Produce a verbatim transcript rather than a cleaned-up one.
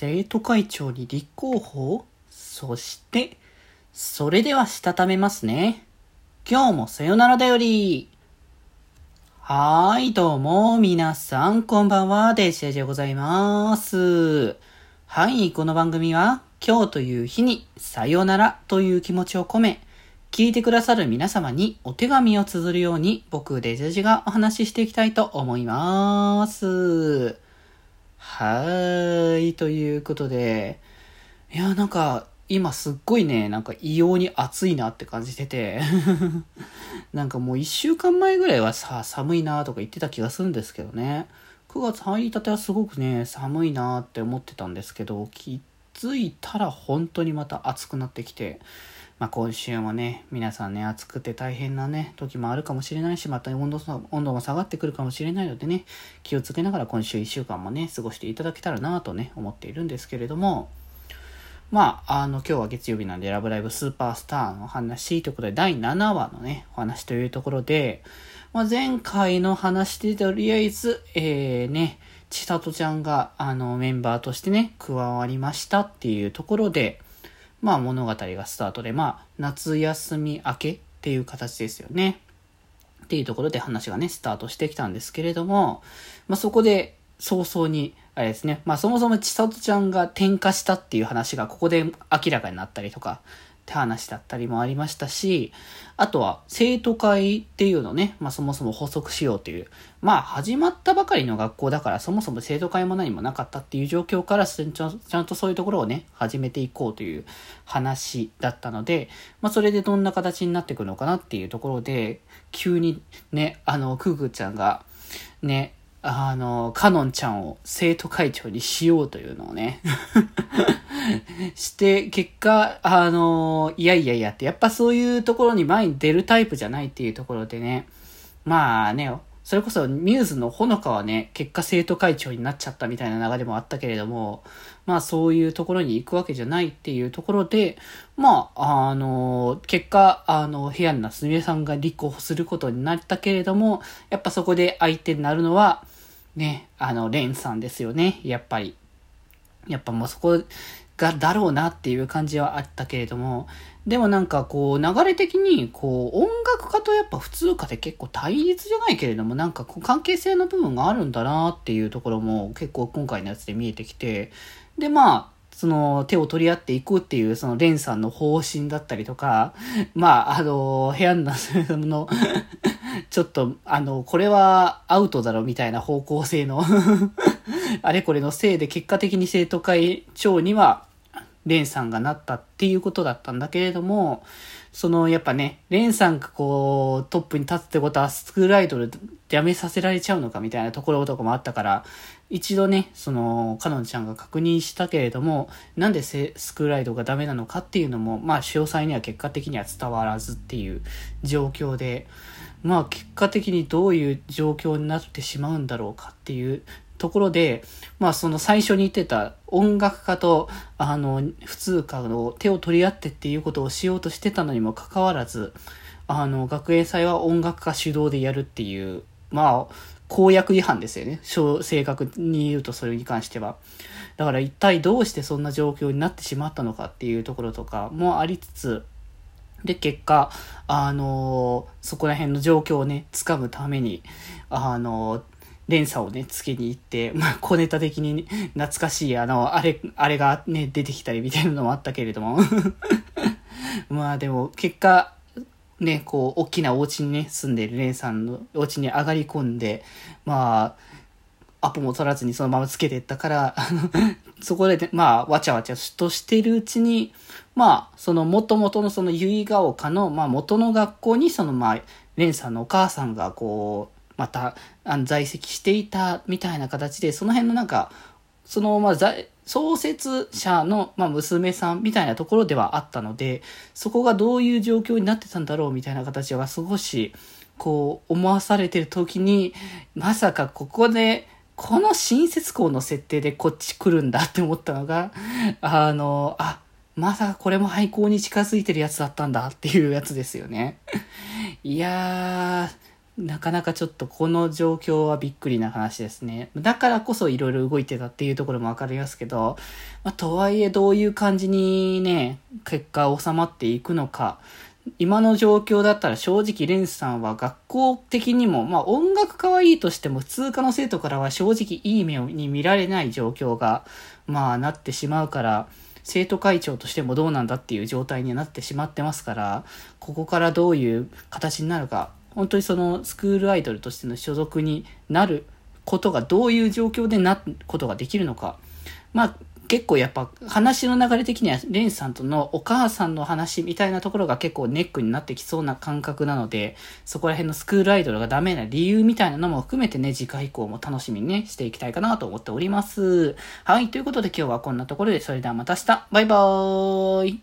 生徒会長に立候補。そして、それではしたためますね。今日もさよならだより。はーい、どうも、皆さん、こんばんは、デジェジでございます。はい、この番組は、今日という日に、さよならという気持ちを込め、聞いてくださる皆様にお手紙を綴るように、僕、デジェジがお話ししていきたいと思います。はーい、ということで、いや、なんか、今すっごいね、なんか異様に暑いなって感じてて、なんかもう一週間前ぐらいはさ、寒いなとか言ってた気がするんですけどね。くがつ入りたてはすごくね、寒いなって思ってたんですけど、気づいたら本当にまた暑くなってきて、まあ今週もね、皆さんね、暑くて大変なね、時もあるかもしれないし、また温度さ、温度も下がってくるかもしれないのでね、気をつけながら今週一週間もね、過ごしていただけたらなとね、思っているんですけれども、まあ、あの、今日は月曜日なんで、ラブライブスーパースターの話ということで、だいななわのね、お話というところで、まあ、前回の話でとりあえず、えーね、千里ちゃんが、あの、メンバーとしてね、加わりましたっていうところで、まあ、物語がスタートで、まあ、夏休み明けっていう形ですよね。っていうところで話がね、スタートしてきたんですけれども、まあ、そこで、早々に、あれですね。まあそもそも千里ちゃんが転化したっていう話がここで明らかになったりとかって話だったりもありましたし、あとは生徒会っていうのね、まあそもそも発足しようという、まあ始まったばかりの学校だからそもそも生徒会も何もなかったっていう状況からちゃんとそういうところをね、始めていこうという話だったので、まあそれでどんな形になっていくのかなっていうところで、急にね、あの、クークーちゃんがね、あの、カノンちゃんを生徒会長にしようというのをねして、結果、あの、いやいやいやって、やっぱそういうところに前に出るタイプじゃないっていうところでね、まあね、それこそミューズのほのかはね、結果生徒会長になっちゃったみたいな流れもあったけれども、まあそういうところに行くわけじゃないっていうところで、まあ、あの、結果、あの、部屋のすみれさんが立候補することになったけれども、やっぱそこで相手になるのは、ね、あの、レンさんですよね、やっぱり。やっぱもうそこがだろうなっていう感じはあったけれども、でもなんかこう、流れ的に、こう、音楽家とやっぱ普通科で結構対立じゃないけれども、なんかこう関係性の部分があるんだなっていうところも結構今回のやつで見えてきて、でまあ、その手を取り合っていくっていうそのレンさんの方針だったりとか、まあ、あの、部屋ののちょっと、あの、これはアウトだろみたいな方向性のあれこれのせいで結果的に生徒会長にはレンさんがなったっていうことだったんだけれども、そのやっぱね、レンさんがこうトップに立つってことはスクールアイドルやめさせられちゃうのかみたいなところとかもあったから、一度ね、そのカノンちゃんが確認したけれども、なんでスクールアイドルがダメなのかっていうのも、まあ詳細には結果的には伝わらずっていう状況で、まあ結果的にどういう状況になってしまうんだろうかっていうところで、まあその最初に言ってた音楽家とあの普通科の手を取り合ってっていうことをしようとしてたのにもかかわらず、あの学園祭は音楽家主導でやるっていう、まあ公約違反ですよね。正確に言うとそれに関しては。だから一体どうしてそんな状況になってしまったのかっていうところとかもありつつ、で、結果、あのー、そこら辺の状況をね、掴むために、あのー、連鎖をね、つけに行って、まあ、小ネタ的に、ね、懐かしい、あの、あれ、あれがね、出てきたりみたいなのもあったけれども。まあでも、結果、ね、こう、大きなお家にね、住んでいるレンさんのお家に上がり込んで、まあ、アポも取らずにそのままつけていったから、そこで、ね、まあ、わちゃわちゃとしてるうちに、まあ、その元々のその結ヶ丘の、まあ元の学校にそのまあ、レンさんのお母さんがこう、また、あの在籍していたみたいな形で、その辺のなんか、そのまあ、創設者の、まあ、娘さんみたいなところではあったので、そこがどういう状況になってたんだろうみたいな形が少し、こう、思わされてる時に、まさかここで、この新設校の設定でこっち来るんだって思ったのが、あの、あ、まさかこれも廃校に近づいてるやつだったんだっていうやつですよね。いやなかなかちょっとこの状況はびっくりな話ですね。だからこそいろいろ動いてたっていうところもわかりますけど、まあ、とはいえどういう感じにね、結果収まっていくのか。今の状況だったら正直レンスさんは学校的にも、まあ音楽科はいいとしても普通科の生徒からは正直いい目に見られない状況が、まあなってしまうから、生徒会長としてもどうなんだっていう状態になってしまってますから、ここからどういう形になるか、本当にそのスクールアイドルとしての所属になることがどういう状況でなることができるのか。まあ結構やっぱ話の流れ的にはレンさんとのお母さんの話みたいなところが結構ネックになってきそうな感覚なので、そこら辺のスクールアイドルがダメな理由みたいなのも含めてね、次回以降も楽しみにね、していきたいかなと思っております。はい、ということで今日はこんなところで、それではまた明日。バイバーイ。